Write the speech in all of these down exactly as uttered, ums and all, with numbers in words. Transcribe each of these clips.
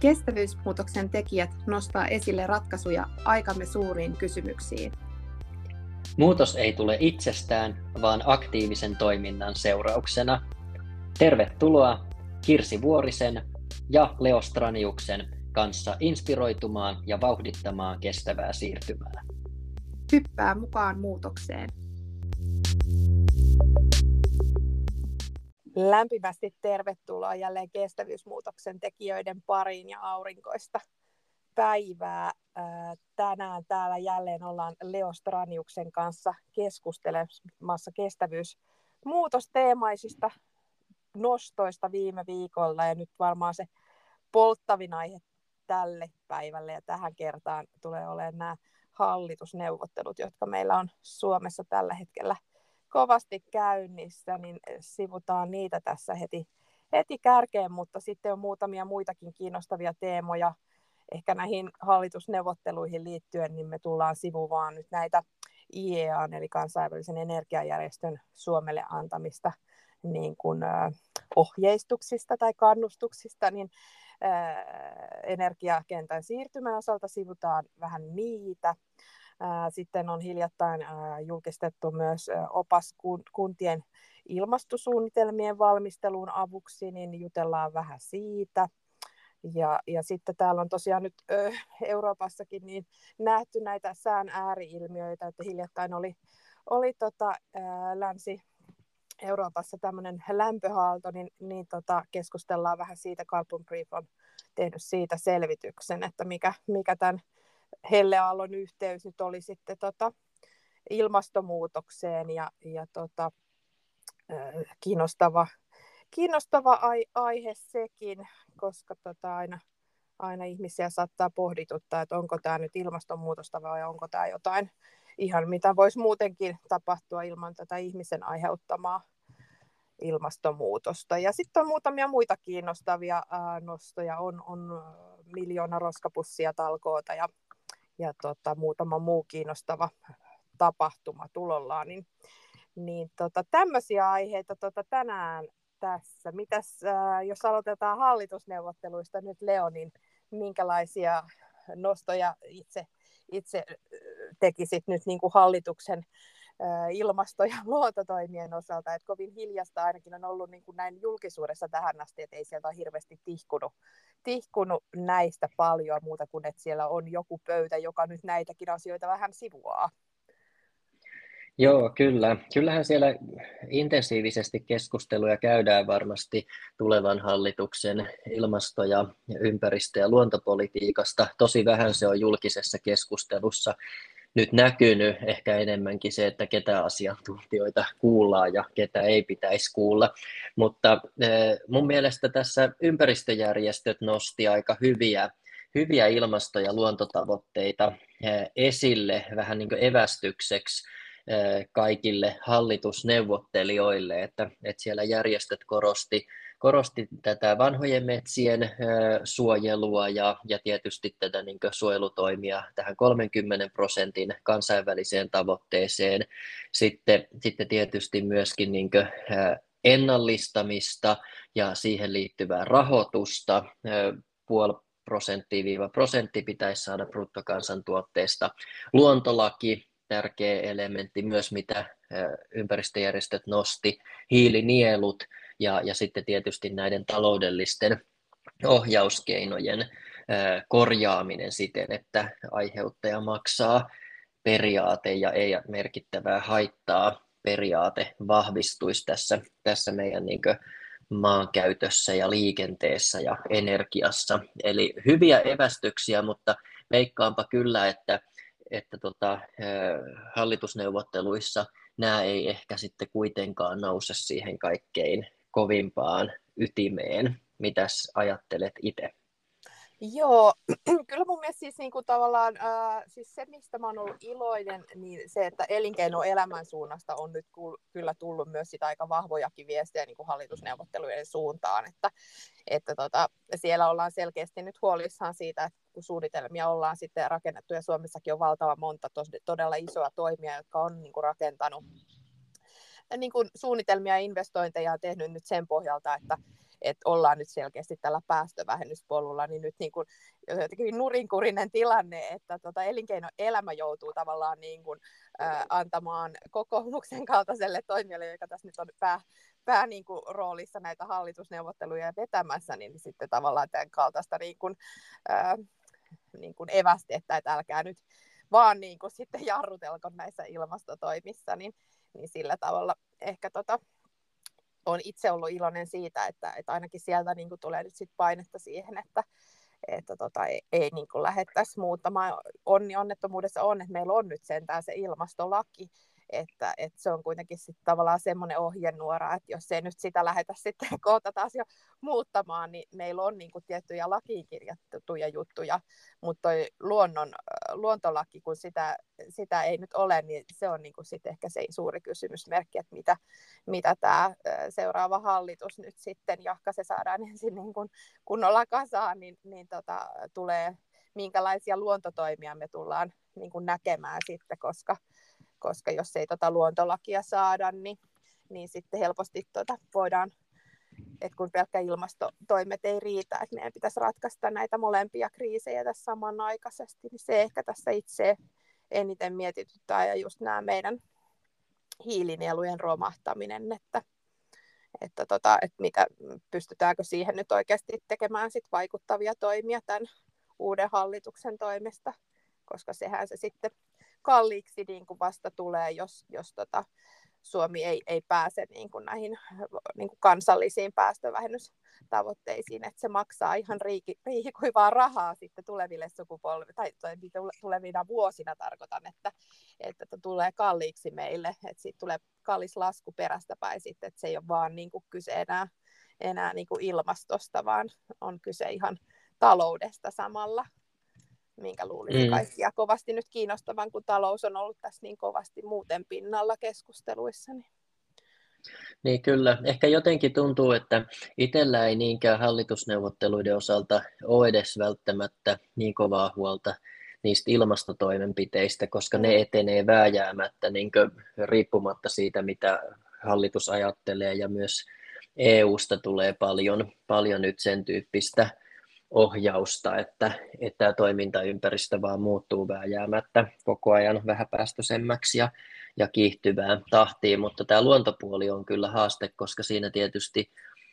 Kestävyysmuutoksen tekijät nostaa esille ratkaisuja aikamme suuriin kysymyksiin. Muutos ei tule itsestään, vaan aktiivisen toiminnan seurauksena. Tervetuloa Kirsi Vuorisen ja Leo Straniuksen kanssa inspiroitumaan ja vauhdittamaan kestävää siirtymää. Hyppää mukaan muutokseen. Lämpimästi tervetuloa jälleen kestävyysmuutoksen tekijöiden pariin ja aurinkoista päivää. Tänään täällä jälleen ollaan Leo Straniuksen kanssa keskustelemassa kestävyysmuutosteemaisista nostoista viime viikolla. Ja nyt varmaan se polttavin aihe tälle päivälle ja tähän kertaan tulee olemaan nämä hallitusneuvottelut, jotka meillä on Suomessa tällä hetkellä kovasti käynnissä, niin sivutaan niitä tässä heti, heti kärkeen, mutta sitten on muutamia muitakin kiinnostavia teemoja. Ehkä näihin hallitusneuvotteluihin liittyen, niin me tullaan sivumaan nyt näitä I E A, eli kansainvälisen energiajärjestön Suomelle antamista niin kuin, äh, ohjeistuksista tai kannustuksista, niin äh, energiakentän siirtymän osalta sivutaan vähän niitä. Sitten on hiljattain julkistettu myös opas kuntien ilmastosuunnitelmien valmisteluun avuksi, niin jutellaan vähän siitä. Ja, ja sitten täällä on tosiaan nyt ö, Euroopassakin niin nähty näitä sään ääri-ilmiöitä, että hiljattain oli, oli tota, ää, Länsi-Euroopassa tämmöinen lämpöhaalto, niin, niin tota, keskustellaan vähän siitä. Carbon Brief on tehnyt siitä selvityksen, että mikä, mikä tämän helleaallon yhteys nyt oli sitten tota ilmastonmuutokseen ja, ja tota, äh, kiinnostava, kiinnostava ai, aihe sekin, koska tota aina, aina ihmisiä saattaa pohdituttaa, että onko tämä nyt ilmastonmuutosta vai onko tämä jotain ihan mitä voisi muutenkin tapahtua ilman tätä ihmisen aiheuttamaa ilmastonmuutosta. Ja sitten on muutamia muita kiinnostavia ää, nostoja, on, on miljoona roskapussia talkoota ja ja tota, muutama muu kiinnostava tapahtuma tulollaan, niin, niin tota, tämmöisiä aiheita tota, tänään tässä. Mitäs, äh, jos aloitetaan hallitusneuvotteluista nyt, Leo, niin minkälaisia nostoja itse, itse tekisit nyt niin kuin hallituksen äh, ilmasto- ja luontotoimien osalta, että kovin hiljasta ainakin on ollut niin kuin näin julkisuudessa tähän asti, että ei sieltä ole hirveästi tihkunut, tihkunut näistä paljon muuta kuin, että siellä on joku pöytä, joka nyt näitäkin asioita vähän sivuaa. Joo, kyllä. Kyllähän siellä intensiivisesti keskusteluja käydään varmasti tulevan hallituksen ilmasto- ja ympäristö- ja luontopolitiikasta. Tosi vähän se on julkisessa keskustelussa nyt näkynyt, ehkä enemmänkin se, että ketä asiantuntijoita kuullaan ja ketä ei pitäisi kuulla. Mutta mun mielestä tässä ympäristöjärjestöt nosti aika hyviä, hyviä ilmasto- ja luontotavoitteita esille vähän niin kuin evästykseksi kaikille hallitusneuvottelijoille, että, että siellä järjestöt korosti, korosti tätä vanhojen metsien suojelua ja, ja tietysti tätä niin kuin suojelutoimia tähän kolmenkymmenen prosentin kansainväliseen tavoitteeseen. Sitten, sitten tietysti myöskin niin kuin ennallistamista ja siihen liittyvää rahoitusta. Puoli prosenttia viiva prosentti pitäisi saada bruttokansantuotteesta. Luontolaki, tärkeä elementti myös, mitä ympäristöjärjestöt nosti, hiilinielut ja, ja sitten tietysti näiden taloudellisten ohjauskeinojen korjaaminen siten, että aiheuttaja maksaa periaate ja ei merkittävää haittaa periaate vahvistuisi tässä, tässä meidän niin kuin maankäytössä ja liikenteessä ja energiassa. Eli hyviä evästyksiä, mutta veikkaanpa kyllä, että että tota, hallitusneuvotteluissa nämä ei ehkä sitten kuitenkaan nouse siihen kaikkein kovimpaan ytimeen. Mitäs ajattelet itse? Joo, kyllä mun mielestä siis niin kuin tavallaan, äh, siis se, mistä mä oon ollut iloinen, niin se, että elinkeinoelämän suunnasta on nyt kyllä tullut myös sitä aika vahvojakin viestejä niin kuin hallitusneuvottelujen suuntaan, että, että tota, siellä ollaan selkeästi nyt huolissaan siitä, että kun suunnitelmia ollaan sitten rakennettu, ja Suomessakin on valtava monta tos, todella isoa toimia, jotka on niin kuin rakentanut niin kuin suunnitelmia ja investointeja on tehnyt nyt sen pohjalta, että että ollaan nyt selkeästi tällä päästövähennyspolulla, niin nyt niin kuin, jotenkin nurinkurinen tilanne, että tota, elinkeinoelämä joutuu tavallaan niin kuin, ää, antamaan kokoomuksen kaltaiselle toimijalle, joka tässä nyt on pää, pää niin kuin, roolissa näitä hallitusneuvotteluja vetämässä, niin sitten tavallaan tämän kaltaista niin kuin, ää, niin kuin evästettä, että älkää nyt vaan niin kuin sitten jarrutelko näissä ilmastotoimissa, niin, niin sillä tavalla ehkä tota, olen itse ollut iloinen siitä, että, että ainakin sieltä niin kuin tulee nyt sit painetta siihen, että, että tota, ei, ei niin kuin lähdettäisi muuttamaan. Onni onnettomuudessa on, että meillä on nyt sentään se ilmastolaki, että, että se on kuitenkin sit tavallaan semmoinen ohjenuora, että jos ei nyt sitä lähdetä sitten kohta taas jo muuttamaan, niin meillä on niin kuin tiettyjä lakiin kirjattuja juttuja, mutta toi luonnon, luontolaki, kun sitä, sitä ei nyt ole, niin se on niin kuin sit ehkä se suuri kysymysmerkki, että mitä, mitä tämä seuraava hallitus nyt sitten, jahka se saadaan ensin niin kuin kunnolla kasaan, niin, niin tota, tulee, minkälaisia luontotoimia me tullaan niin kuin näkemään sitten, koska koska jos ei tota luontolakia saada, niin, niin sitten helposti tota voidaan, että kun pelkkä ilmastotoimet ei riitä, että meidän pitäisi ratkaista näitä molempia kriisejä tässä samanaikaisesti, niin se ehkä tässä itse eniten mietityttää, ja just nämä meidän hiilinielujen romahtaminen, että, että, tota, että mitä, pystytäänkö siihen nyt oikeasti tekemään sit vaikuttavia toimia tämän uuden hallituksen toimesta, koska sehän se sitten kalliiksi niin kuin vasta tulee, jos, jos tota, Suomi ei, ei pääse niin kuin näihin niin kuin kansallisiin päästövähennystavoitteisiin, että se maksaa ihan riiki, riihikuivaa rahaa sitten tuleville sukupolville, tai tulevina vuosina tarkoitan, että, että tulee kalliiksi meille, että siitä tulee kallis lasku perästä päin sitten, että se ei ole vaan niin kuin kyse enää, enää niin kuin ilmastosta, vaan on kyse ihan taloudesta samalla, minkä luulisi kaikkia kovasti nyt kiinnostavan, kun talous on ollut tässä niin kovasti muuten pinnalla keskusteluissa. Niin, niin kyllä. Ehkä jotenkin tuntuu, että itsellä ei niinkään hallitusneuvotteluiden osalta ole edes välttämättä niin kovaa huolta niistä ilmastotoimenpiteistä, koska mm. ne etenee vääjäämättä niin riippumatta siitä, mitä hallitus ajattelee, ja myös E U:sta tulee paljon, paljon nyt sen tyyppistä ohjausta, että, että tämä toimintaympäristö vaan muuttuu vääjäämättä koko ajan vähäpäästöisemmäksi ja, ja kiihtyvään tahtiin, mutta tämä luontopuoli on kyllä haaste, koska siinä tietysti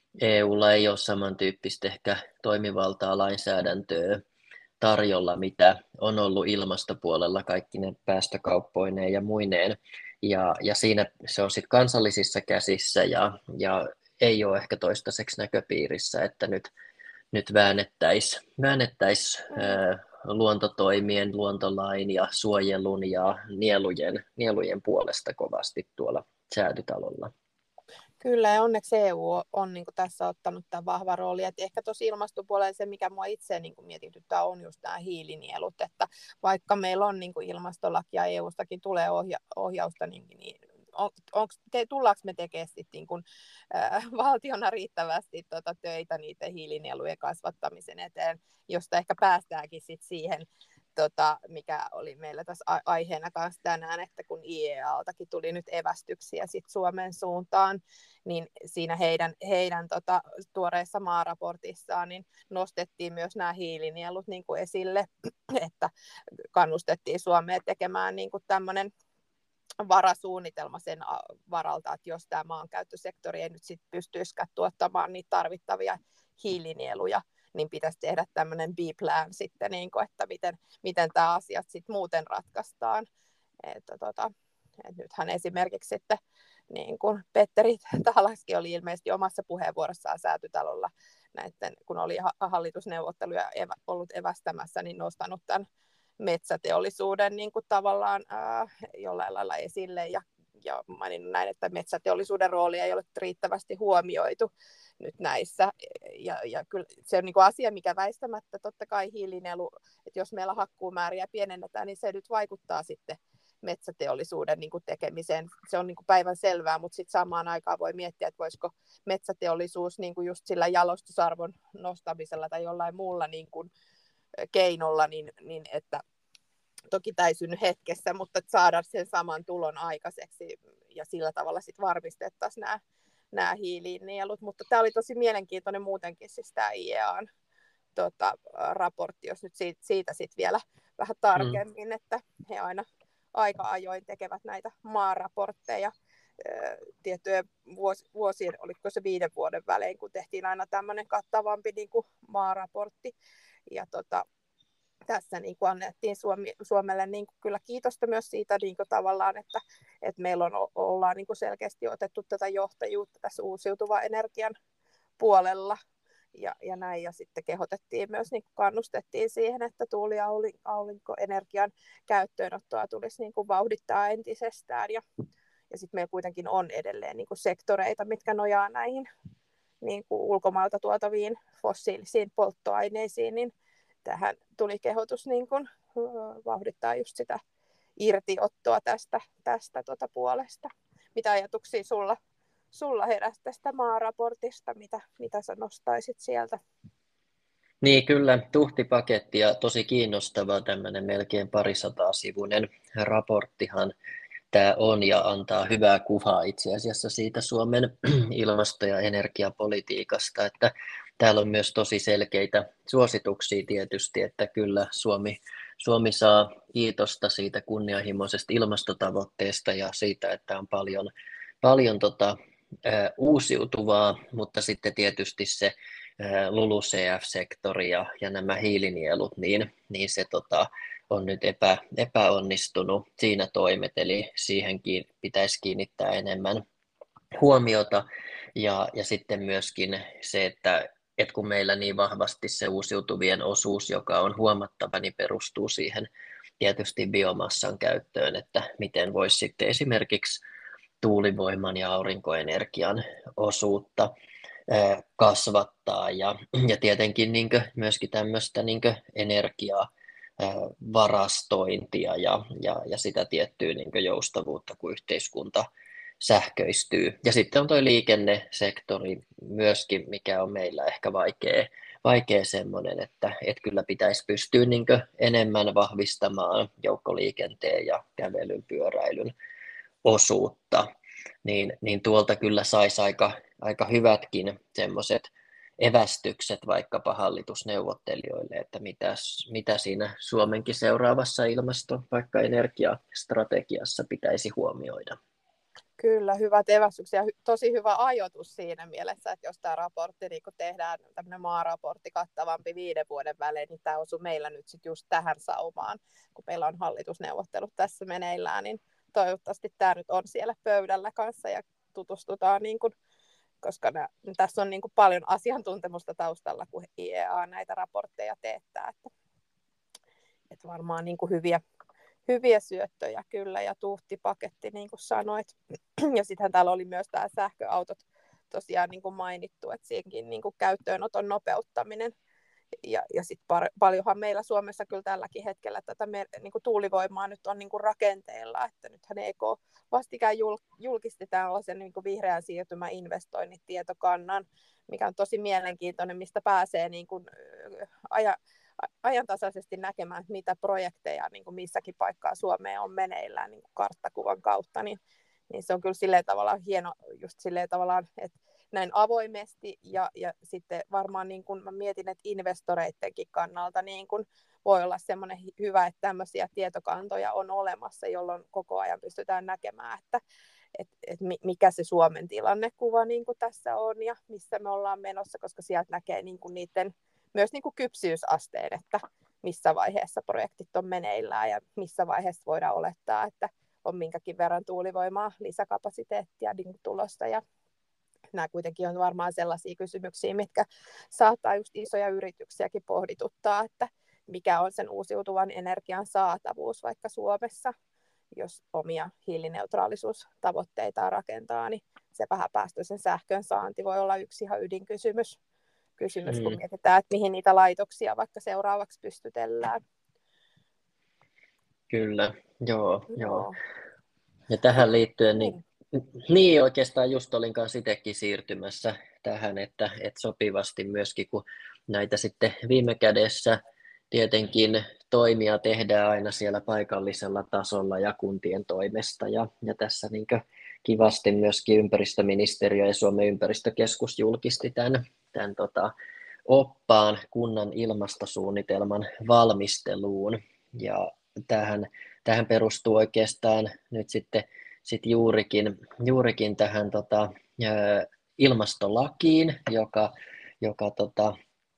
E U:lla ei ole samantyyppistä ehkä toimivaltaa lainsäädäntöä tarjolla, mitä on ollut ilmastopuolella kaikki ne päästökauppoineen ja muineen, ja, ja siinä se on sitten kansallisissa käsissä ja, ja ei ole ehkä toistaiseksi näköpiirissä, että nyt nyt väännettäisiin väännettäisi, mm. luontotoimien, luontolain ja suojelun ja nielujen, nielujen puolesta kovasti tuolla Säätytalolla. Kyllä, ja onneksi E U on, on niin kuin tässä ottanut tämän vahva rooli. Et ehkä tuossa ilmastopuolella se, mikä minua itse niin kuin mietityttää, on just nämä hiilinielut. Että vaikka meillä on niin kuin ilmastolaki ja E U:stakin tulee ohja, ohjausta, niin, niin on, onko, te, tullaanko me tekemään sit niin kuin, äh, valtiona riittävästi tota, töitä niiden hiilinielujen kasvattamisen eteen, josta ehkä päästäänkin sit siihen, tota, mikä oli meillä tässä aiheena kanssa tänään, että kun I E A:ltakin tuli nyt evästyksiä sit Suomen suuntaan, niin siinä heidän, heidän tota, tuoreessa maaraportissaan niin nostettiin myös nämä hiilinielut niin kuin esille, että kannustettiin Suomea tekemään niin kuin tämmöinen varasuunnitelma sen varalta, että jos tämä maankäyttösektori ei nyt sit pystyisikään tuottamaan niitä tarvittavia hiilinieluja, niin pitäisi tehdä tämmöinen B-plan sitten, niin kuin, että miten, miten tämä asia sitten muuten ratkaistaan. Että tota, et nythän esimerkiksi sitten, niin kuin Petteri Tahalaski oli ilmeisesti omassa puheenvuorossaan Säätytalolla, näiden, kun oli hallitusneuvotteluja evä, ollut evästämässä, niin nostanut tämän metsäteollisuuden niin kuin tavallaan ää, jollain lailla esille ja, ja maininnut näin, että metsäteollisuuden rooli ei ole riittävästi huomioitu nyt näissä. Ja, ja kyllä se on niin kuin asia, mikä väistämättä totta kai hiilinielu, että jos meillä hakkuumääriä pienennetään, niin se nyt vaikuttaa sitten metsäteollisuuden niin kuin tekemiseen. Se on niin kuin päivän selvää, mutta sitten samaan aikaan voi miettiä, että voisiko metsäteollisuus niin kuin just sillä jalostusarvon nostamisella tai jollain muulla niin kuin keinolla, niin, niin että toki tämä ei synny hetkessä, mutta saada sen saman tulon aikaiseksi ja sillä tavalla sitten varmistettaisiin nämä, nämä hiilinielut, mutta tämä oli tosi mielenkiintoinen muutenkin siis tämä I E A:n tota, raportti, jos nyt siitä, siitä sit vielä vähän tarkemmin, mm. että he aina aika ajoin tekevät näitä maaraportteja tiettyjen vuosien, oliko se viiden vuoden välein, kun tehtiin aina tämmöinen kattavampi niin kuin maaraportti. Ja tota, tässä niin kuin annettiin Suomi, Suomelle niin kuin kyllä kiitosta myös siitä niin kuin tavallaan, että, että meillä on, ollaan niin kuin selkeästi otettu tätä johtajuutta tässä uusiutuvan energian puolella. Ja, ja näin, ja sitten kehotettiin myös, niin kuin kannustettiin siihen, että tuuli- ja aurinkoenergian käyttöönottoa tulisi niin kuin vauhdittaa entisestään. Ja, ja sitten meillä kuitenkin on edelleen niin kuin sektoreita, mitkä nojaa näihin niin kuin ulkomailta tuotaviin fossiilisiin polttoaineisiin, niin tähän tuli kehotus niin kuin vauhdittaa just sitä irtiottoa tästä, tästä tuota puolesta. Mitä ajatuksia sulla? Sulla heräsi tästä maaraportista, mitä, mitä sä nostaisit sieltä? Niin kyllä, tuhti paketti ja tosi kiinnostava tämmöinen melkein parisataa sivuinen raporttihan tämä on ja antaa hyvää kuvaa itse asiassa siitä Suomen ilmasto- ja energiapolitiikasta, että täällä on myös tosi selkeitä suosituksia tietysti, että kyllä Suomi, Suomi saa kiitosta siitä kunnianhimoisesta ilmastotavoitteesta ja siitä, että on paljon, paljon tota, uusiutuvaa, mutta sitten tietysti se L U L U C F-sektori ja, ja nämä hiilinielut, niin, niin se tota, on nyt epä, epäonnistunut siinä toimet, eli siihenkin pitäisi kiinnittää enemmän huomiota. Ja, ja sitten myöskin se, että, että kun meillä niin vahvasti se uusiutuvien osuus, joka on huomattava, niin perustuu siihen tietysti biomassan käyttöön, että miten voisi sitten esimerkiksi tuulivoiman ja aurinkoenergian osuutta kasvattaa ja, ja tietenkin niin kuin, myöskin tämmöistä niin kuin energiaa varastointia ja, ja, ja sitä tiettyä niin kuin joustavuutta, kun yhteiskunta sähköistyy. Ja sitten on tuo liikennesektori myöskin, mikä on meillä ehkä vaikea, vaikea semmoinen, että, että kyllä pitäisi pystyä niin kuin enemmän vahvistamaan joukkoliikenteen ja kävelyn, pyöräilyn osuutta. Niin, niin tuolta kyllä saisi aika, aika hyvätkin semmoiset evästykset vaikkapa hallitusneuvottelijoille, että mitäs, mitä siinä Suomenkin seuraavassa ilmasto, vaikka energiastrategiassa pitäisi huomioida. Kyllä, hyvät evästykset ja tosi hyvä ajoitus siinä mielessä, että jos tämä raportti, niin kun tehdään tämmöinen maaraportti kattavampi viiden vuoden välein, niin tämä osuu meillä nyt sitten just tähän saumaan, kun meillä on hallitusneuvottelut tässä meneillään, niin toivottavasti tämä nyt on siellä pöydällä kanssa ja tutustutaan, niin kuin, koska nää, tässä on niin kuin paljon asiantuntemusta taustalla, kun I E A näitä raportteja teettää. Että, että varmaan niin kuin hyviä, hyviä syöttöjä kyllä ja tuhtipaketti, niin kuin sanoit. Ja sittenhän täällä oli myös tämä sähköautot tosiaan niin kuin mainittu, että siinäkin niin kuin käyttöönoton nopeuttaminen. Ja, ja sitten par, paljonhan meillä Suomessa kyllä tälläkin hetkellä tätä me, niin kuin tuulivoimaa nyt on niin kuin rakenteilla, että nythän E K vastikään jul, julkisti tällaisen niin kuin vihreän siirtymän investoinnit tietokannan, mikä on tosi mielenkiintoinen, mistä pääsee niin kuin aja, ajantasaisesti näkemään, mitä projekteja niin kuin missäkin paikkaa Suomeen on meneillään niin kuin karttakuvan kautta, niin, niin se on kyllä silleen tavallaan hieno, just silleen tavallaan, että näin avoimesti ja, ja sitten varmaan niin kun mä mietin, että investoreittenkin kannalta niin kun voi olla semmoinen hyvä, että tämmöisiä tietokantoja on olemassa, jolloin koko ajan pystytään näkemään, että et, et mikä se Suomen tilannekuva niin kun tässä on ja missä me ollaan menossa, koska sieltä näkee niin kun niiden myös niin kun kypsyysasteen, että missä vaiheessa projektit on meneillään ja missä vaiheessa voidaan olettaa, että on minkäkin verran tuulivoimaa, lisäkapasiteettia niin tulossa ja nämä kuitenkin on varmaan sellaisia kysymyksiä, mitkä saattaa just isoja yrityksiäkin pohdituttaa, että mikä on sen uusiutuvan energian saatavuus vaikka Suomessa, jos omia hiilineutraalisuustavoitteitaan rakentaa, niin se vähäpäästöisen sähkön saanti voi olla yksi ihan ydinkysymys, kysymys, kun mietitään, että mihin niitä laitoksia vaikka seuraavaksi pystytellään. Kyllä, joo, joo. joo. Ja tähän liittyen, niin, niin oikeastaan just olin kanssa itsekin siirtymässä tähän, että, että sopivasti myöskin, kun näitä sitten viime kädessä tietenkin toimia tehdään aina siellä paikallisella tasolla ja kuntien toimesta, ja, ja tässä niin kivasti myöskin ympäristöministeriö ja Suomen ympäristökeskus julkisti tämän, tämän tota, oppaan kunnan ilmastosuunnitelman valmisteluun. Ja tähän, tähän perustuu oikeastaan nyt sitten sit juurikin, juurikin tähän tota, ilmastolakiin, joka, joka tota,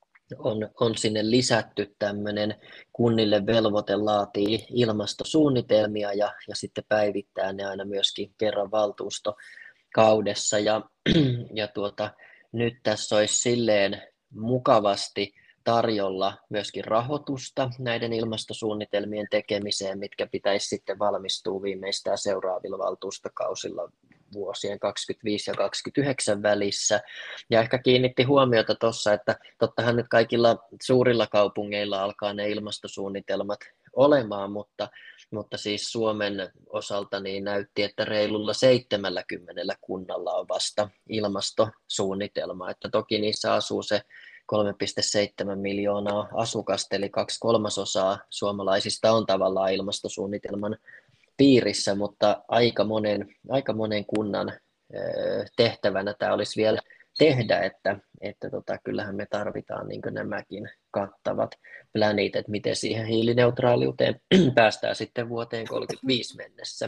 on, on sinne lisätty tämmöinen kunnille velvoite laatii ilmastosuunnitelmia ja, ja sitten päivittää ne aina myöskin kerran valtuustokaudessa. Ja, ja tuota, nyt tässä olisi silleen mukavasti tarjolla myöskin rahoitusta näiden ilmastosuunnitelmien tekemiseen, mitkä pitäisi sitten valmistua viimeistään seuraavilla valtuustokausilla vuosien kaksikymmentäviisi ja kaksikymmentäyhdeksän välissä. Ja ehkä kiinnitti huomiota tuossa, että tottahan nyt kaikilla suurilla kaupungeilla alkaa ne ilmastosuunnitelmat olemaan, mutta, mutta siis Suomen osalta niin näytti, että reilulla seitsemälläkymmenellä kunnalla on vasta ilmastosuunnitelma, että toki niissä asuu se kolme pilkku seitsemän miljoonaa asukasta, eli kaksi kolmasosaa suomalaisista on tavallaan ilmastosuunnitelman piirissä, mutta aika monen, aika monen kunnan tehtävänä tämä olisi vielä tehdä, että, että tota, kyllähän me tarvitaan niin kuin nämäkin kattavat plänit, että miten siihen hiilineutraaliuteen päästään sitten vuoteen kolmekymmentäviisi mennessä.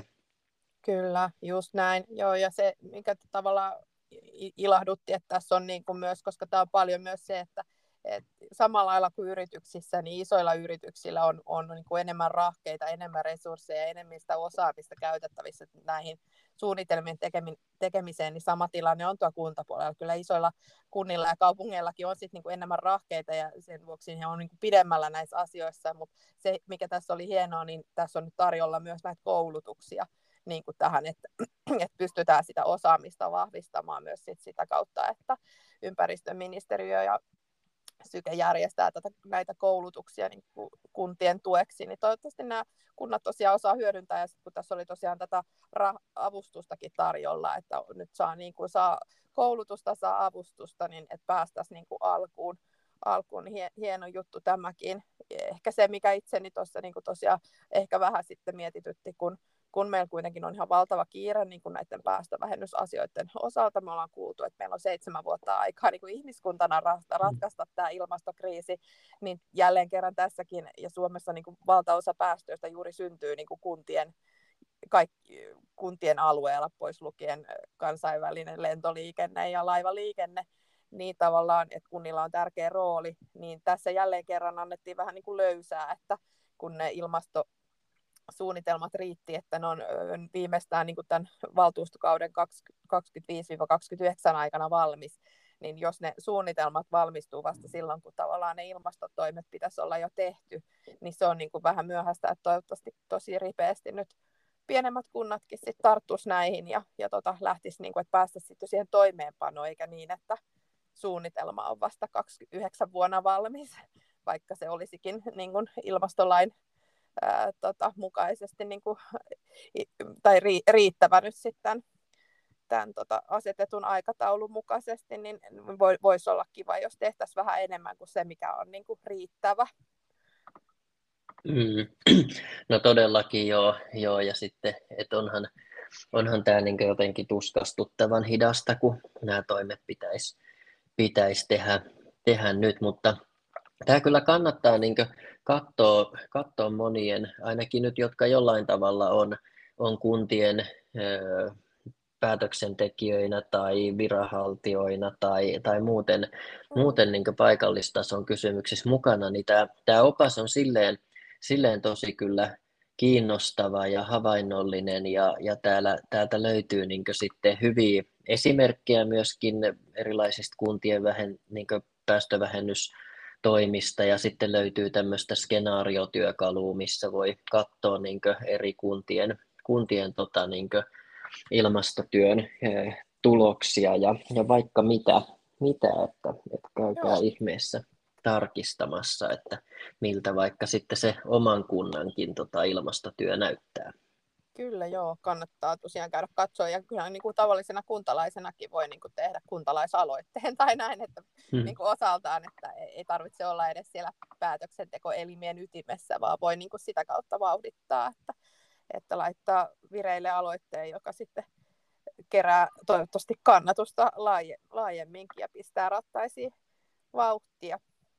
Kyllä, just näin. Joo, ja se, mikä tavallaan ilahdutti, että tässä on niin kuin myös, koska tämä on paljon myös se, että et samalla lailla kuin yrityksissä, niin isoilla yrityksillä on, on niin kuin enemmän rahkeita, enemmän resursseja, enemmän sitä osaamista käytettävissä näihin suunnitelmien tekemiseen, niin sama tilanne on tuo kuntapuolella. Kyllä isoilla kunnilla ja kaupungeillakin on sit niin kuin enemmän rahkeita ja sen vuoksi he on niin kuin pidemmällä näissä asioissa, mutta se, mikä tässä oli hienoa, niin tässä on nyt tarjolla myös näitä koulutuksia niin kuin tähän, että, että pystytään sitä osaamista vahvistamaan myös sit sitä kautta, että ympäristöministeriö ja Syke järjestää tätä, näitä koulutuksia niin kuin kuntien tueksi, niin toivottavasti nämä kunnat tosiaan osaa hyödyntää, ja kun tässä oli tosiaan tätä avustustakin tarjolla, että nyt saa, niin kuin saa koulutusta, saa avustusta, niin että päästäisiin niin kuin alkuun, alkuun niin hieno juttu tämäkin. Ehkä se, mikä itseni tuossa niin kuin tosiaan ehkä vähän sitten mietitytti, kun kun meillä kuitenkin on ihan valtava kiire niin kuin näiden päästövähennysasioiden osalta. Me ollaan kuultu, että meillä on seitsemän vuotta aikaa niin kuin ihmiskuntana ratkaista tämä ilmastokriisi, niin jälleen kerran tässäkin ja Suomessa niin kuin valtaosa päästöistä juuri syntyy niin kuin kuntien, kaikki, kuntien alueella, pois lukien kansainvälinen lentoliikenne ja laivaliikenne, niin tavallaan, että kunnilla on tärkeä rooli, niin tässä jälleen kerran annettiin vähän niin kuin löysää, että kun ne ilmasto suunnitelmat riitti, että ne on viimeistään niin kuin tämän valtuustokauden kaksikymmentäviisi kaksikymmentäyhdeksän aikana valmis, niin jos ne suunnitelmat valmistuu vasta silloin, kun tavallaan ne ilmastotoimet pitäisi olla jo tehty, niin se on niin kuin vähän myöhäistä, että toivottavasti tosi ripeästi nyt pienemmät kunnatkin sit tarttuisi näihin ja, ja tota, lähtisi, niin kuin, että päästäisiin sitten siihen toimeenpanoon, eikä niin, että suunnitelma on vasta kaksikymmentäyhdeksän vuonna valmis, vaikka se olisikin niin kuin ilmastolain Ää, tota, mukaisesti niin kuin, tai ri, riittävä nyt sitten tämän tota, asetetun aikataulun mukaisesti, niin voi, voisi olla kiva, jos tehtäisiin vähän enemmän kuin se, mikä on niin kuin riittävä. Mm. No todellakin joo, joo. Ja sitten, että onhan, onhan tämä niin jotenkin tuskastuttavan hidasta, kun nämä toimet pitäisi, pitäisi tehdä, tehdä nyt, mutta tämä kyllä kannattaa niin katsoa, katsoa monien, ainakin nyt, jotka jollain tavalla on, on kuntien ö, päätöksentekijöinä tai viranhaltijoina tai, tai muuten, muuten niin paikallistason kysymyksissä mukana, niin tämä, tämä opas on silleen, silleen tosi kyllä kiinnostava ja havainnollinen, ja, ja täällä, täältä löytyy niin sitten hyviä esimerkkejä myöskin erilaisista kuntien vähen, niin päästövähennys toimista, ja sitten löytyy tämmöistä skenaariotyökalua, missä voi katsoa niin eri kuntien, kuntien tota, niin ilmastotyön eh, tuloksia ja, ja vaikka mitä, mitä että, että käykää Joo. ihmeessä tarkistamassa, että miltä vaikka sitten se oman kunnankin tota, ilmastotyö näyttää. Kyllä joo, kannattaa tosiaan käydä katsoa, ja kyllä niin kuin tavallisena kuntalaisenakin voi niin kuin tehdä kuntalaisaloitteen tai näin, että hmm. niin kuin osaltaan, että ei tarvitse olla edes siellä päätöksentekoelimien ytimessä, vaan voi niin kuin sitä kautta vauhdittaa, että, että laittaa vireille aloitteen, joka sitten kerää toivottavasti kannatusta laaje, laajemminkin ja pistää rattaisiin vauhtia.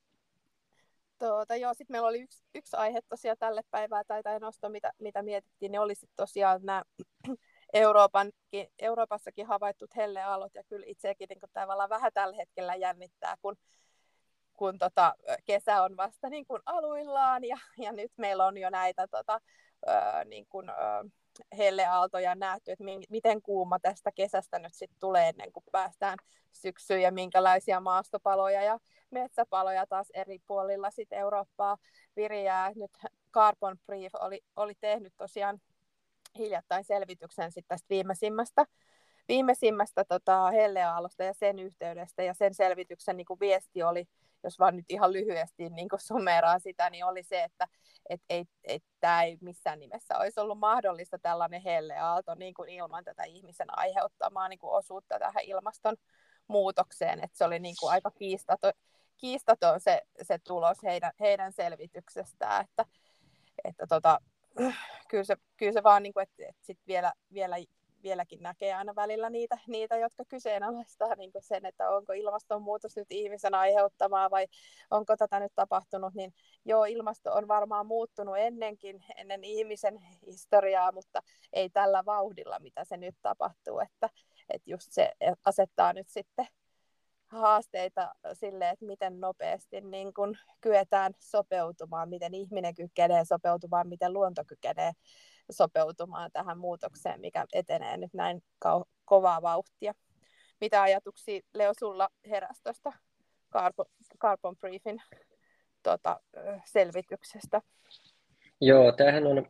Tuota, joo, sitten meillä oli yksi, yksi aihe tosiaan tälle päivää tai, tai nosto, mitä, mitä mietittiin, niin oli sitten tosiaan nämä Euroopankin, Euroopassakin havaitut helleaallot, ja kyllä itseäkin niin tavallaan vähän tällä hetkellä jännittää, kun, kun tota, kesä on vasta niin kuin aluillaan, ja, ja nyt meillä on jo näitä tota, ö, niin kuin, ö, helleaaltoja nähty, että miten kuuma tästä kesästä nyt sitten tulee ennen kuin päästään syksyyn, ja minkälaisia maastopaloja ja metsäpaloja taas eri puolilla sit Eurooppaa viriää. Nyt Carbon Brief oli, oli tehnyt tosiaan hiljattain selvityksen sit tästä viimeisimmästä, viimeisimmästä tota, helleaallosta ja sen yhteydestä, ja sen selvityksen niin kuin viesti oli, jos vaan nyt ihan lyhyesti niin kuin sumeraa sitä, niin oli se, että et, et, et, tämä ei missään nimessä olisi ollut mahdollista tällainen helleaalto niin kuin ilman tätä ihmisen aiheuttamaa niin kuin osuutta tähän ilmastonmuutokseen, että se oli niin kuin aika kiistaton, kiistaton se, se tulos heidän, heidän selvityksestään, että, että tota, kyllä, se, kyllä se vaan, niin kuin, että, että sit vielä, vielä, vieläkin näkee aina välillä niitä, niitä jotka kyseenalaistaa niin kuin sen, että onko ilmastonmuutos nyt ihmisen aiheuttamaa vai onko tätä nyt tapahtunut, niin joo, ilmasto on varmaan muuttunut ennenkin, ennen ihmisen historiaa, mutta ei tällä vauhdilla, mitä se nyt tapahtuu, että, että just se asettaa nyt sitten haasteita sille, että miten nopeasti niin kun kyetään sopeutumaan, miten ihminen kykenee sopeutumaan, miten luonto kykenee sopeutumaan tähän muutokseen, mikä etenee nyt näin kau- kovaa vauhtia. Mitä ajatuksia, Leo, sulla heräsi tuosta Carbon, Carbon Briefin tota, selvityksestä? Joo, tämähän on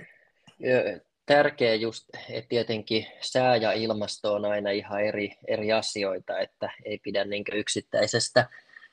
tärkeä just, että tietenkin sää ja ilmasto on aina ihan eri, eri asioita, että ei pidä niin yksittäisestä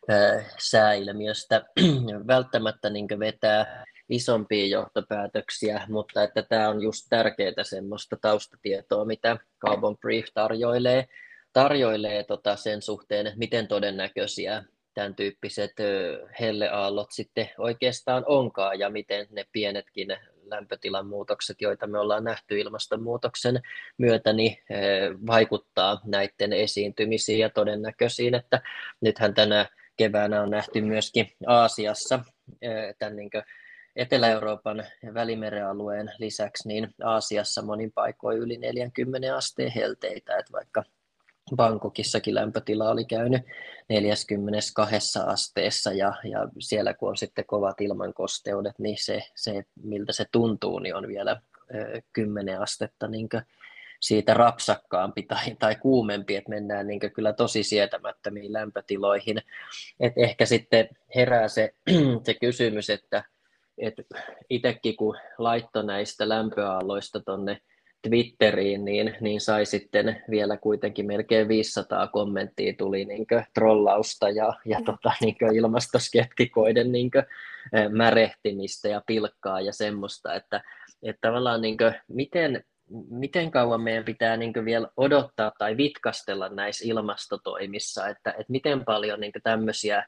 sääilmiöstä välttämättä niin vetää isompia johtopäätöksiä, mutta että tämä on just tärkeää semmoista taustatietoa, mitä Carbon Brief tarjoilee, tarjoilee tota sen suhteen, että miten todennäköisiä tämän tyyppiset helleaallot sitten oikeastaan onkaan ja miten ne pienetkin lämpötilan muutokset, joita me ollaan nähty ilmastonmuutoksen myötä, niin vaikuttaa näiden esiintymisiin ja todennäköisiin, että nythän tänä keväänä on nähty myöskin Aasiassa tämän niin kuin Etelä-Euroopan ja Välimeren alueen lisäksi niin Aasiassa monin paikoin yli neljäkymmentä asteen helteitä, että vaikka Bangkokissakin lämpötila oli käynyt neljäkymmentäkaksi asteessa ja, ja siellä kun on sitten kovat ilmankosteudet, niin se, se miltä se tuntuu, niin on vielä ö, kymmenen astetta niin siitä rapsakkaampi tai, tai kuumempi, että mennään niin kyllä tosi sietämättömiin lämpötiloihin. Et ehkä sitten herää se, se kysymys, että et itsekin kun laittoi näistä lämpöaalloista tuonne Twitteriin, niin, niin sai sitten vielä kuitenkin melkein viisisataa kommenttia tuli niin trollausta ja, ja tota, niin ilmastoskeptikoiden niin märehtimistä ja pilkkaa ja semmoista, että, että tavallaan niin kuin, miten, miten kauan meidän pitää niin vielä odottaa tai vitkastella näissä ilmastotoimissa, että, että miten paljon niin tämmöisiä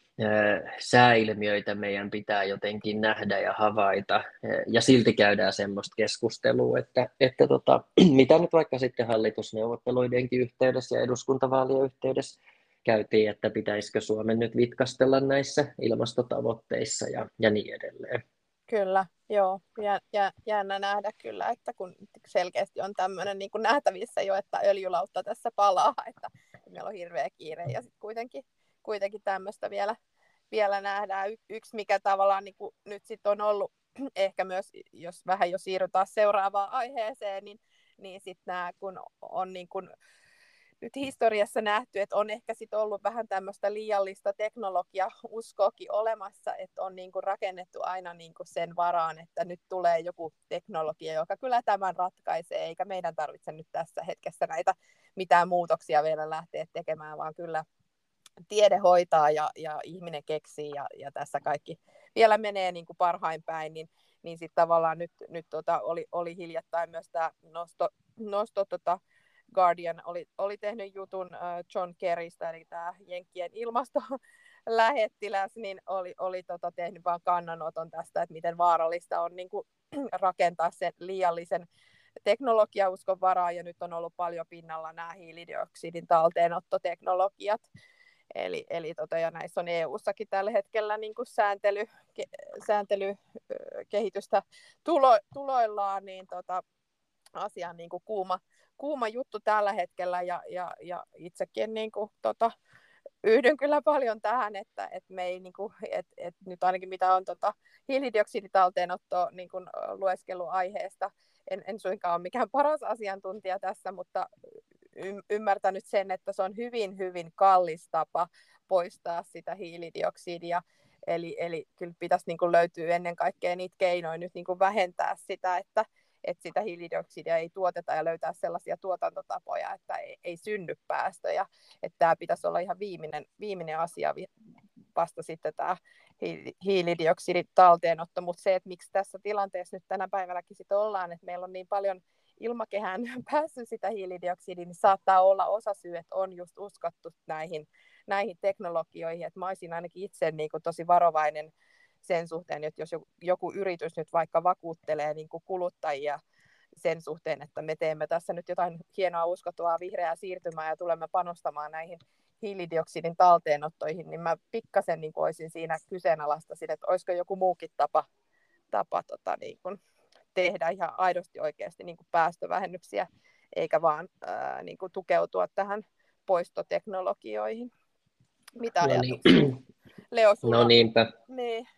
sääilmiöitä meidän pitää jotenkin nähdä ja havaita, ja silti käydään semmoista keskustelua, että, että tota, mitä nyt vaikka sitten hallitusneuvotteluidenkin yhteydessä ja eduskuntavaalien yhteydessä käytiin, että pitäisikö Suomen nyt vitkastella näissä ilmastotavoitteissa ja, ja niin edelleen. Kyllä, joo. Ja, ja jännä nähdä kyllä, että kun selkeästi on tämmöinen niin kuin nähtävissä jo, että öljylautta tässä palaa, että meillä on hirveä kiire ja sitten kuitenkin kuitenkin tämmöistä vielä, vielä nähdään. Y- yksi, mikä tavallaan niin kuin nyt sitten on ollut ehkä myös, jos vähän jo siirrytään seuraavaan aiheeseen, niin, niin sitten nämä, kun on niin kuin nyt historiassa nähty, että on ehkä sitten ollut vähän tämmöistä liiallista teknologiauskoakin olemassa, että on niin kuin rakennettu aina niin kuin sen varaan, että nyt tulee joku teknologia, joka kyllä tämän ratkaisee, eikä meidän tarvitse nyt tässä hetkessä näitä mitään muutoksia vielä lähteä tekemään, vaan kyllä tiede hoitaa ja, ja ihminen keksii ja, ja tässä kaikki vielä menee niin kuin parhain päin, niin, niin sitten tavallaan nyt, nyt tota, oli, oli hiljattain myös tämä nosto, nosto tota Guardian oli, oli tehnyt jutun uh, John Kerrystä, eli tämä Jenkkien ilmastolähettiläs, niin oli, oli tota, tehnyt vaan kannanoton tästä, että miten vaarallista on niin kuin rakentaa sen liiallisen teknologiauskon varaan, ja nyt on ollut paljon pinnalla nämä hiilidioksidin talteenottoteknologiat. Eli, eli tota, ja näissä on E U:ssakin tällä hetkellä niin kuin sääntely, ke, sääntelykehitystä tulo, tuloillaan, niin tota, asia on niin kuin kuuma, kuuma juttu tällä hetkellä, ja, ja, ja itsekin niin kuin, tota, yhdyn kyllä paljon tähän, että, että me ei, niin kuin, että, että nyt ainakin mitä on tota, hiilidioksiditalteenotto niin kuin lueskeluaiheesta, en, en suinkaan ole mikään paras asiantuntija tässä, mutta ymmärtänyt sen, että se on hyvin, hyvin kallis tapa poistaa sitä hiilidioksidia. Eli, eli kyllä pitäisi niin kuin löytyä ennen kaikkea niitä keinoja nyt niin kuin vähentää sitä, että, että sitä hiilidioksidia ei tuoteta, ja löytää sellaisia tuotantotapoja, että ei, ei synny päästöjä. Että tämä pitäisi olla ihan viimeinen, viimeinen asia vasta sitten tämä hiilidioksidin talteenotto. Mutta se, että miksi tässä tilanteessa nyt tänä päivänäkin sitten ollaan, että meillä on niin paljon ilmakehään päässyt sitä hiilidioksidia, niin saattaa olla osa syy, että on just uskottu näihin, näihin teknologioihin. Että mä olisin ainakin itse niin kuin tosi varovainen sen suhteen, että jos joku, joku yritys nyt vaikka vakuuttelee niin kuin kuluttajia sen suhteen, että me teemme tässä nyt jotain hienoa uskottua vihreää siirtymää ja tulemme panostamaan näihin hiilidioksidin talteenottoihin, niin mä pikkasen niin kuin olisin siinä kyseenalaistasin, että olisiko joku muukin tapa, tapa tota, niin kuin tehdä ihan aidosti oikeasti niin kuin päästövähennyksiä, eikä vaan ää, niin kuin tukeutua tähän poistoteknologioihin. Mitä No ajatuksia? niin. Leo, sulla? No niinpä. Niin.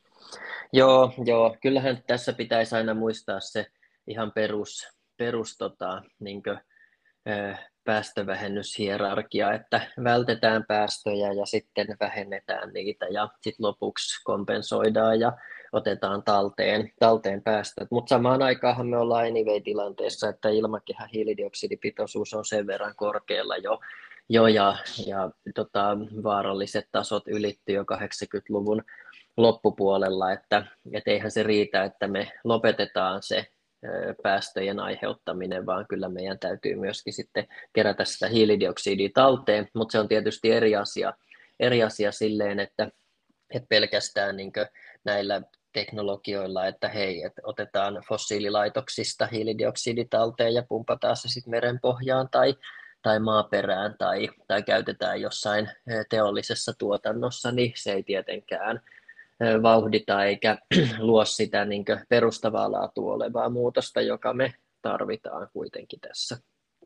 Joo, joo, kyllähän tässä pitäisi aina muistaa se ihan perus, perus tota, niin kuin, äh, päästövähennyshierarkia, että vältetään päästöjä ja sitten vähennetään niitä ja sitten lopuksi kompensoidaan ja otetaan talteen, talteen päästöt. Mutta samaan aikaanhan me ollaan anyway-tilanteessa, että ilmakehän hiilidioksidipitoisuus on sen verran korkealla jo, jo ja, ja tota, vaaralliset tasot ylitty jo kahdeksankymmentäluvun loppupuolella, että et eihän se riitä, että me lopetetaan se päästöjen aiheuttaminen, vaan kyllä meidän täytyy myöskin sitten kerätä sitä hiilidioksidia talteen, mutta se on tietysti eri asia, eri asia silleen, että, että pelkästään niin näillä teknologioilla, että hei, että otetaan fossiililaitoksista hiilidioksidi talteen ja pumpataan se sitten merenpohjaan tai, tai maaperään tai, tai käytetään jossain teollisessa tuotannossa, niin se ei tietenkään vauhdita eikä luo sitä niin kuin perustavaa laatua olevaa muutosta, joka me tarvitaan kuitenkin tässä.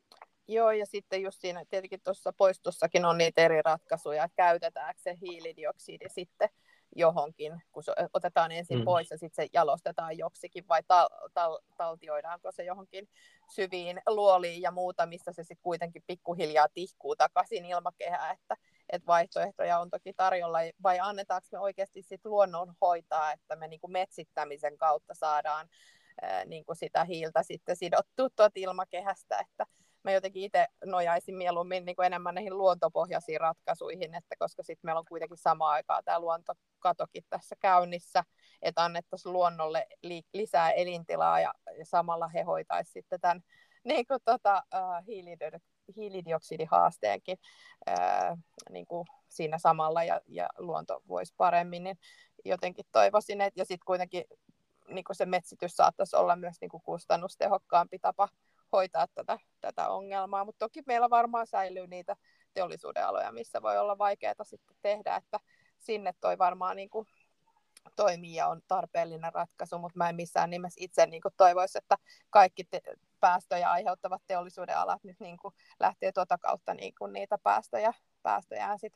Joo, ja sitten just siinä tietenkin tuossa poistossakin on niitä eri ratkaisuja, että käytetäänkö se hiilidioksidi sitten johonkin, kun se otetaan ensin mm. pois ja sitten se jalostetaan joksikin, vai tal- tal- taltioidaanko se johonkin syviin luoliin ja muuta, missä se sitten kuitenkin pikkuhiljaa tihkuu takaisin ilmakehään, että, että vaihtoehtoja on toki tarjolla, vai annetaanko me oikeasti sit luonnon hoitaa, että me niinku metsittämisen kautta saadaan ää, niinku sitä hiiltä sitten sidottua tuot ilmakehästä, että mä jotenkin itse nojaisin mieluummin niin kuin enemmän näihin luontopohjaisiin ratkaisuihin, että koska sitten meillä on kuitenkin samaan aikaan tämä luontokatokin tässä käynnissä, että annettaisiin luonnolle li- lisää elintilaa ja, ja samalla he hoitaisivat sitten tämän niin kuin tota, uh, hiilidi- hiilidioksidihaasteenkin uh, niin kuin siinä samalla ja, ja luonto voisi paremmin, niin jotenkin toivoisin, että ja sitten kuitenkin niin kuin se metsitys saattaisi olla myös niin kuin kustannustehokkaampi tapa hoitaa tätä, tätä ongelmaa, mutta toki meillä varmaan säilyy niitä teollisuuden aloja, missä voi olla vaikeaa sitten tehdä, että sinne toi varmaan niin kuin toimii ja on tarpeellinen ratkaisu, mutta mä en missään nimessä itse niin kuin toivoisi, että kaikki te- päästöjä aiheuttavat teollisuuden alat nyt niin kuin lähtee tuota kautta niin kuin niitä päästöjä, päästöjään sit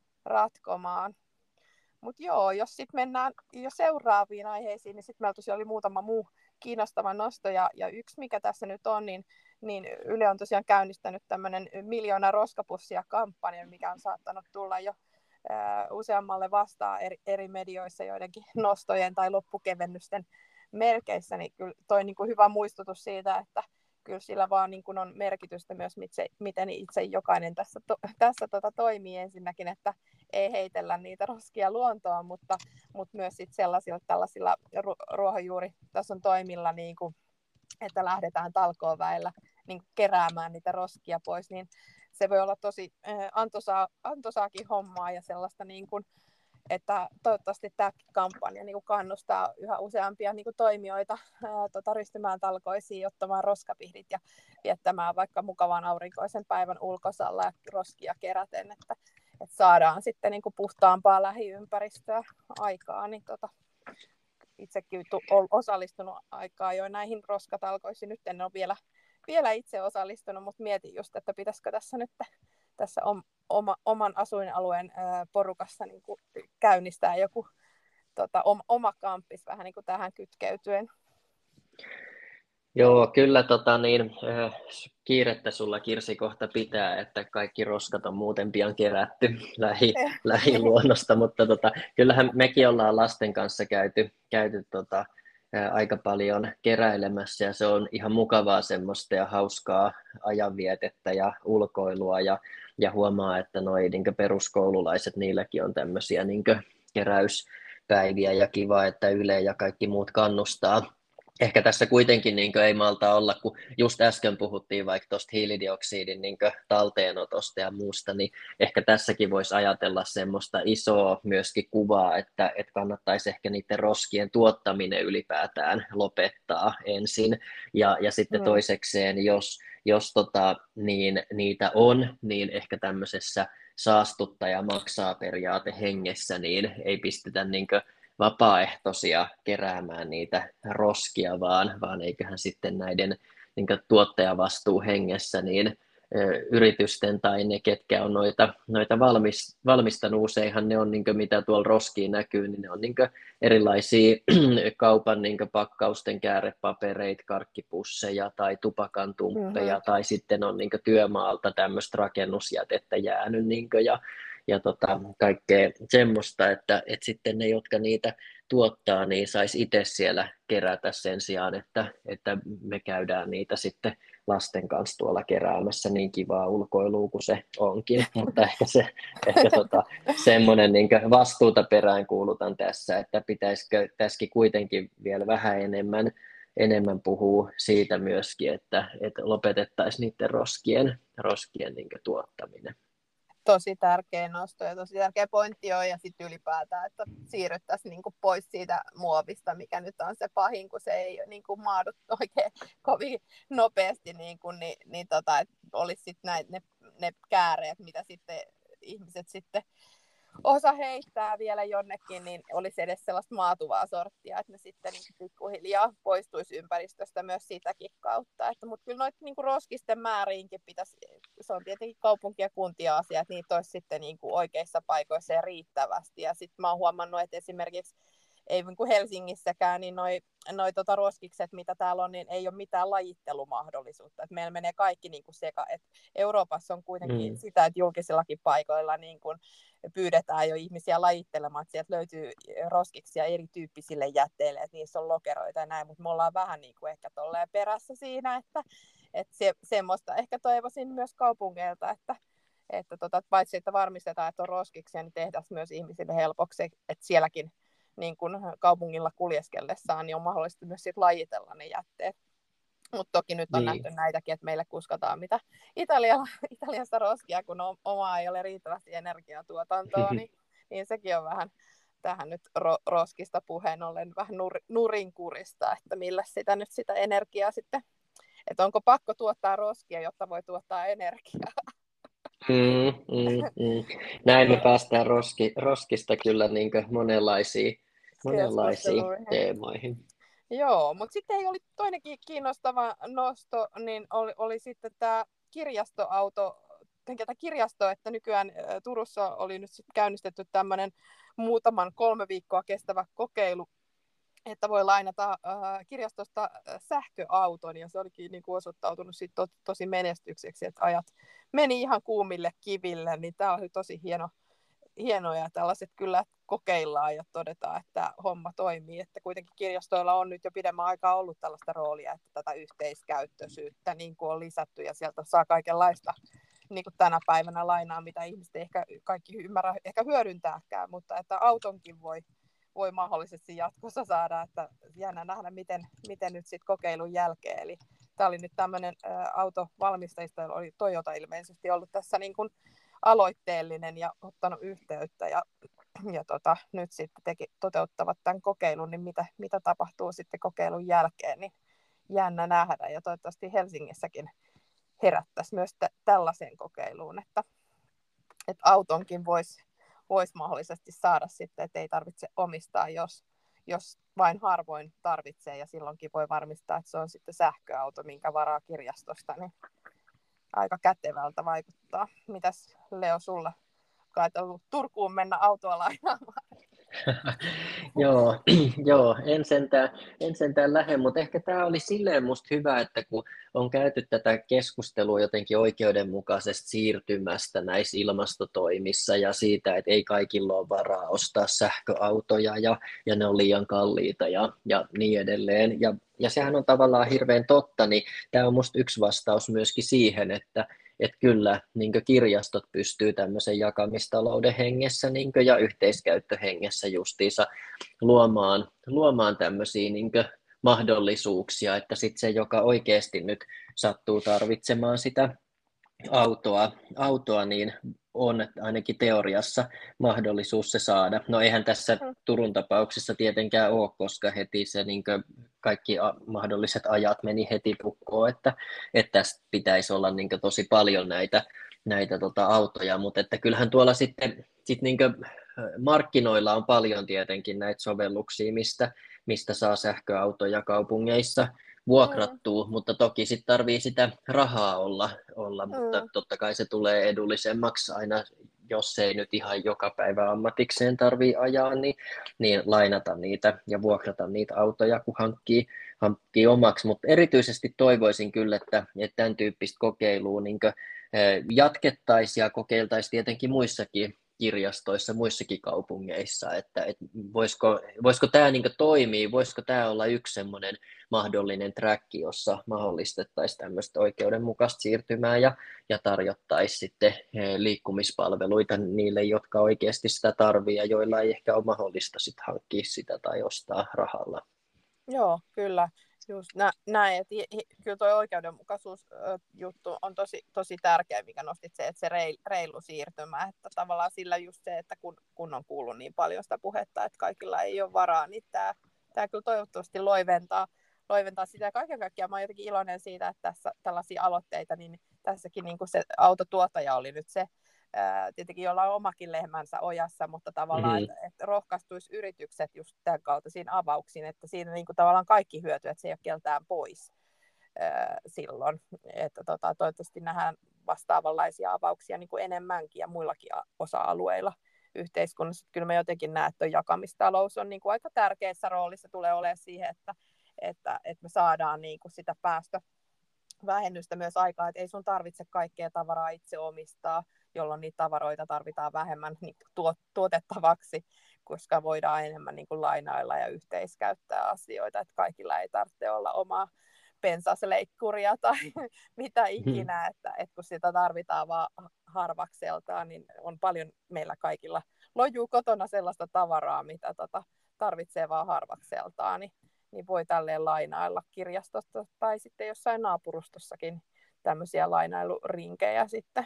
ratkomaan. Mutta joo, jos sitten mennään jo seuraaviin aiheisiin, niin sitten meillä tosiaan oli muutama muu kiinnostava nosto, ja, ja yksi mikä tässä nyt on, niin, niin Yle on tosiaan käynnistänyt tämmöinen miljoona roskapussia kampanja, mikä on saattanut tulla jo ää, useammalle vastaan eri, eri medioissa joidenkin nostojen tai loppukevennysten merkeissä, niin kyllä toi niin kuin hyvä muistutus siitä, että kyllä sillä vaan niin kuin on merkitystä myös, miten itse jokainen tässä, to, tässä tota toimii ensinnäkin, että ei heitellä niitä roskia luontoon, mutta, mutta myös sit sellaisilla tällaisilla ruohonjuuritason toimilla, niin kuin, että lähdetään talkooväellä niin kuin keräämään niitä roskia pois, niin se voi olla tosi äh, antoisaa, antoisaakin hommaa ja sellaista niin kuin että toivottavasti tämä kampanja niin kuin kannustaa yhä useampia niin kuin toimijoita ää, tota, rystymään talkoisiin, ottamaan roskapihdit ja viettämään vaikka mukavan aurinkoisen päivän ulkosalla ja roskia keräten, että, että saadaan sitten niin kuin puhtaampaa lähiympäristöä aikaa. Niin tota, itsekin olen osallistunut aikaa jo näihin roskatalkoisiin. Nyt en ole vielä, vielä itse osallistunut, mutta mietin just, että pitäisikö tässä nyt tässä on, oma, oman asuinalueen ää, porukassa niin kuin käynnistää joku tota, oma, oma kamppis vähän niin kuin tähän kytkeytyen. Joo, kyllä tota, niin, äh, kiirettä sulla Kirsi kohta pitää, että kaikki roskat on muuten pian kerätty lähi, lähiluonnosta, mutta tota, kyllähän mekin ollaan lasten kanssa käyty, käyty tota, ää, aika paljon keräilemässä ja se on ihan mukavaa semmoista ja hauskaa ajanvietettä ja ulkoilua ja, ja huomaa, että noi niin peruskoululaiset, niilläkin on tämmöisiä niin keräyspäiviä ja kiva, että Yle ja kaikki muut kannustaa. Ehkä tässä kuitenkin niin ei malta olla, kun just äsken puhuttiin vaikka tuosta hiilidioksidin niin talteenotosta ja muusta, niin ehkä tässäkin voisi ajatella semmoista isoa myöskin kuvaa, että, että kannattaisi ehkä niiden roskien tuottaminen ylipäätään lopettaa ensin. Ja, ja sitten mm. toisekseen, jos, jos tota, niin, niitä on, niin ehkä tämmöisessä saastuttaja maksaa periaate hengessä, niin ei pistetä niin vapaaehtoisia keräämään niitä roskia, vaan, vaan eiköhän sitten näiden niin tuottajavastuu hengessä niin yritysten tai ne, ketkä on noita, noita valmis, valmistanut, useinhan ne on, niin kuin, mitä tuolla roskiin näkyy, niin ne on niin kuin erilaisia kaupan niin kuin pakkausten käärepapereita, karkkipusseja tai tupakantumppeja, mm-hmm. tai sitten on niin kuin työmaalta tämmöistä rakennusjätettä jäänyt, niin kuin, ja ja tota, kaikkea semmoista, että, että sitten ne, jotka niitä tuottaa, niin saisi itse siellä kerätä sen sijaan, että, että me käydään niitä sitten lasten kanssa tuolla keräämässä, niin kivaa ulkoilua kuin se onkin, mutta ehkä, se, ehkä tota, semmoinen niin vastuuta perään kuulutan tässä, että pitäisikö tässäkin kuitenkin vielä vähän enemmän, enemmän puhua siitä myöskin, että, että lopetettaisiin niiden roskien, roskien niin tuottaminen. Tosi tärkeä nosto ja tosi tärkeä pointti on, ja sitten ylipäätään, että siirryttäisiin niinku pois siitä muovista, mikä nyt on se pahin, kun se ei niinku maadu oikein kovin nopeasti, niinku, niin, niin tota, että olisi sitten näitä ne, ne kääreet, mitä sitten ihmiset sitten osa heittää vielä jonnekin, niin olisi edes sellaista maatuvaa sorttia, että ne sitten niin pikkuhiljaa poistuisi ympäristöstä myös sitäkin kautta. Että, mutta kyllä noita niin roskisten määriinkin pitäisi, se on tietenkin kaupunki- ja kuntia asia, että niitä olisi sitten niin kuin oikeissa paikoissa ja riittävästi. Ja sitten mä oon huomannut, että esimerkiksi ei niin kuin Helsingissäkään, niin noi, noi tota roskikset, mitä täällä on, niin ei ole mitään lajittelumahdollisuutta. Et meillä menee kaikki niin kuin seka. Et Euroopassa on kuitenkin mm. sitä, että julkisillakin paikoilla niin kuin pyydetään jo ihmisiä lajittelemaan, että sieltä löytyy roskiksia erityyppisille jätteille, että niissä on lokeroita ja näin, mutta me ollaan vähän niin kuin ehkä tolleen perässä siinä, että, että se, semmoista ehkä toivoisin myös kaupungeilta, että, että tota, paitsi että varmistetaan, että on roskiksia, niin tehdään myös ihmisille helpoksi, että sielläkin niin kuin kaupungilla kuljeskellessaan, niin on mahdollista myös sit lajitella ne jätteet. Mutta toki nyt on niin nähty näitäkin, että meille kuskataan mitä Italia, Italiasta roskia, kun omaa ei ole riittävästi energiatuotantoa, niin, niin sekin on vähän tähän nyt ro, roskista puheen ollen vähän nur, nurinkurista, että millä sitä nyt sitä energiaa sitten, että onko pakko tuottaa roskia, jotta voi tuottaa energiaa. Mm, mm, mm. Näin me päästään roski, roskista kyllä niin monenlaisiin, monenlaisiin teemoihin. Joo, mutta sitten ei oli toinenkin kiinnostava nosto, niin oli, oli sitten tämä kirjastoauto, tämä kirjasto, että nykyään Turussa oli nyt sitten käynnistetty tämmöinen muutaman kolme viikkoa kestävä kokeilu, että voi lainata äh, kirjastosta sähköauton, ja se olikin niin kuin osoittautunut sit to, tosi menestykseksi, että ajat meni ihan kuumille kiville, niin tämä oli tosi hieno, hienoja tällaiset kyllä kokeillaan ja todetaan, että homma toimii, että kuitenkin kirjastoilla on nyt jo pidemmän aikaa ollut tällaista roolia, että tätä yhteiskäyttöisyyttä niin kuin on lisätty ja sieltä saa kaikenlaista niin kuin tänä päivänä lainaa, mitä ihmiset ei ehkä kaikki ymmärrä ehkä hyödyntääkään, mutta että autonkin voi, voi mahdollisesti jatkossa saada, että jännä nähdä, miten, miten nyt sitten kokeilun jälkeen, eli tämä oli nyt tämmöinen ä, autovalmistajista, oli Toyota ilmeisesti ollut tässä niin kuin aloitteellinen ja ottanut yhteyttä ja ja tota, nyt sitten teki, toteuttavat tämän kokeilun, niin mitä, mitä tapahtuu sitten kokeilun jälkeen, niin jännä nähdä. Ja toivottavasti Helsingissäkin herättäisi myös t- tällaiseen kokeiluun, että, että autonkin voisi vois mahdollisesti saada sitten, että ei tarvitse omistaa, jos, jos vain harvoin tarvitsee, ja silloinkin voi varmistaa, että se on sitten sähköauto, minkä varaa kirjastosta, niin aika kätevältä vaikuttaa. Mitäs Leo sulla? Kai et ollut Turkuun mennä autoa lainaamaan. Joo, joo, en sentään, en sentään lähde, mutta ehkä tämä oli silleen musta hyvä, että kun on käyty tätä keskustelua jotenkin oikeudenmukaisesta siirtymästä näissä ilmastotoimissa ja siitä, että ei kaikilla ole varaa ostaa sähköautoja ja, ja ne on liian kalliita ja, ja niin edelleen. Ja, ja sehän on tavallaan hirveän totta, niin tämä on musta yksi vastaus myöskin siihen, että että kyllä niin kirjastot pystyy tämmöisen jakamistalouden hengessä niin ja yhteiskäyttöhengessä justiinsa luomaan, luomaan tämmöisiä niin mahdollisuuksia, että sitten se, joka oikeasti nyt sattuu tarvitsemaan sitä autoa, autoa, niin on ainakin teoriassa mahdollisuus se saada. No eihän tässä Turun tapauksessa tietenkään ole, koska heti se niin kaikki mahdolliset ajat meni heti tukkoon, että, että tästä pitäisi olla niin tosi paljon näitä, näitä tota autoja, mutta että kyllähän tuolla sitten sit niin markkinoilla on paljon tietenkin näitä sovelluksia, mistä, mistä saa sähköautoja kaupungeissa vuokrattuu, mm. mutta toki sitten tarvii sitä rahaa olla, olla mm. mutta totta kai se tulee edullisemmaksi aina, jos ei nyt ihan joka päivä ammatikseen tarvii ajaa, niin, niin lainata niitä ja vuokrata niitä autoja, kun hankkii, hankkii omaksi, mutta erityisesti toivoisin kyllä, että, että tämän tyyppistä kokeilua niin jatkettaisiin ja kokeiltaisiin tietenkin muissakin kirjastoissa, muissakin kaupungeissa, että, että voisiko, voisiko tämä niin toimia, voisiko tämä olla yksi semmoinen mahdollinen track, jossa mahdollistettaisiin tämmöistä oikeudenmukaista siirtymää ja, ja tarjottaisiin sitten liikkumispalveluita niille, jotka oikeasti sitä tarvitsevat ja joilla ei ehkä ole mahdollista sitten hankkia sitä tai ostaa rahalla. Joo, kyllä. Just nä- näin, että kyllä tuo oikeudenmukaisuusjuttu on tosi, tosi tärkeä, mikä nostit se, että se reil, reilu siirtymä, että tavallaan sillä just se, että kun, kun on kuullut niin paljon sitä puhetta, että kaikilla ei ole varaa, niin tämä, tämä kyllä toivottavasti loiventaa, loiventaa sitä. Ja kaiken kaikkiaan mä oon jotenkin iloinen siitä, että tässä tällaisia aloitteita, niin tässäkin niin kuin se autotuottaja oli nyt se, ää, tietenkin jolla on omakin lehmänsä ojassa, mutta tavallaan, mm-hmm. että, että rohkaistuisi yritykset just tämän kaltaisiin avauksiin, että siinä niin kuin tavallaan kaikki hyötyy, että se ei ole keltään pois ää, silloin. Että tota, toivottavasti nähdään vastaavanlaisia avauksia niin kuin enemmänkin ja muillakin osa-alueilla yhteiskunnassa. Kyllä mä jotenkin näen, että jakamistalous on niin kuin aika tärkeässä roolissa, tulee olemaan siihen, että, että, että me saadaan niin kuin sitä päästövähennystä myös aikaa, että ei sun tarvitse kaikkea tavaraa itse omistaa, jolloin niitä tavaroita tarvitaan vähemmän niin tuot, tuotettavaksi, koska voidaan enemmän niin kuin lainailla ja yhteiskäyttää asioita, että kaikilla ei tarvitse olla omaa pensasleikkuria tai mitä ikinä, että, että kun sitä tarvitaan vaan harvakseltaan, niin on paljon meillä kaikilla lojuu kotona sellaista tavaraa, mitä tota, tarvitsee vaan harvakseltaan, niin, niin voi tälleen lainailla kirjastosta tai sitten jossain naapurustossakin tämmöisiä lainailurinkejä sitten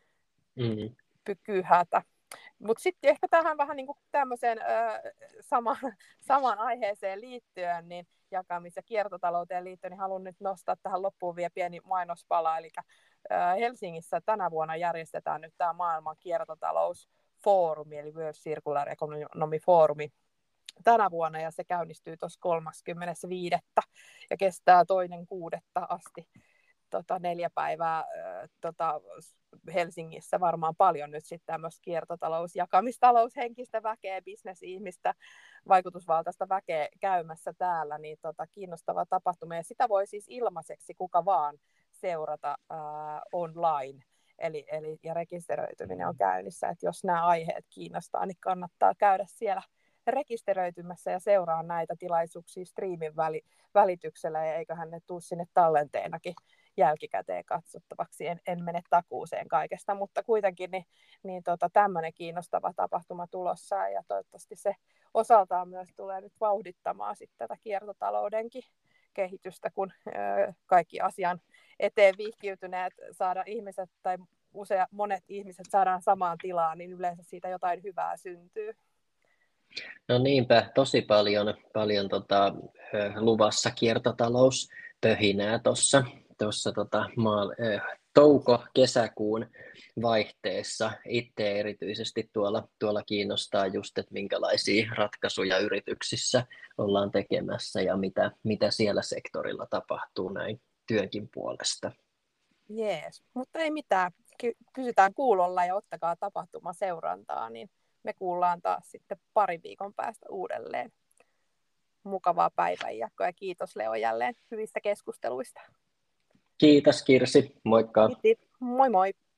mm. kyhätä. Mutta sitten ehkä tähän vähän niin kuin tämmöiseen ö, sama, samaan aiheeseen liittyen, niin jakamis- ja kiertotalouteen liittyen, niin haluan nyt nostaa tähän loppuun vielä pieni mainospala. Eli ö, Helsingissä tänä vuonna järjestetään nyt tämä maailman kiertotalousfoorumi, eli World Circular Economy Foorumi tänä vuonna, ja se käynnistyy tuossa kolmaskymmenes viidettä ja kestää toinen kuudetta asti. Tota, neljä päivää äh, tota, Helsingissä varmaan paljon nyt sitten tämmöistä kiertotalous, jakamistaloushenkistä väkeä, bisnesihmistä, vaikutusvaltaista väkeä käymässä täällä, niin tota, kiinnostava tapahtuma. Ja sitä voi siis ilmaiseksi kuka vaan seurata äh, online, eli, eli ja rekisteröityminen on käynnissä. Et jos nämä aiheet kiinnostaa, niin kannattaa käydä siellä rekisteröitymässä ja seuraa näitä tilaisuuksia striimin väli, välityksellä, ja eiköhän ne tule sinne tallenteenakin jälkikäteen katsottavaksi. En, en mene takuuseen kaikesta, mutta kuitenkin niin, niin tota, tämmöinen kiinnostava tapahtuma tulossa, ja toivottavasti se osaltaan myös tulee nyt vauhdittamaan sitten tätä kiertotaloudenkin kehitystä, kun ö, kaikki asian eteen vihkiytyneet saada ihmiset tai usea, monet ihmiset saadaan samaan tilaan, niin yleensä siitä jotain hyvää syntyy. No niinpä, tosi paljon, paljon tota, ö, luvassa kiertotalouspöhinää tuossa tuossa tota, maal- ö, touko-kesäkuun vaihteessa. Itse erityisesti tuolla, tuolla kiinnostaa just, että minkälaisia ratkaisuja yrityksissä ollaan tekemässä ja mitä, mitä siellä sektorilla tapahtuu näin työnkin puolesta. Jees, mutta ei mitään. Ky- pysytään kuulolla ja ottakaa tapahtumaseurantaa, niin me kuullaan taas sitten parin viikon päästä uudelleen. Mukavaa päivänjatkoa ja kiitos Leo jälleen hyvistä keskusteluista. Kiitos Kirsi, moikka! Kiitos. Moi moi!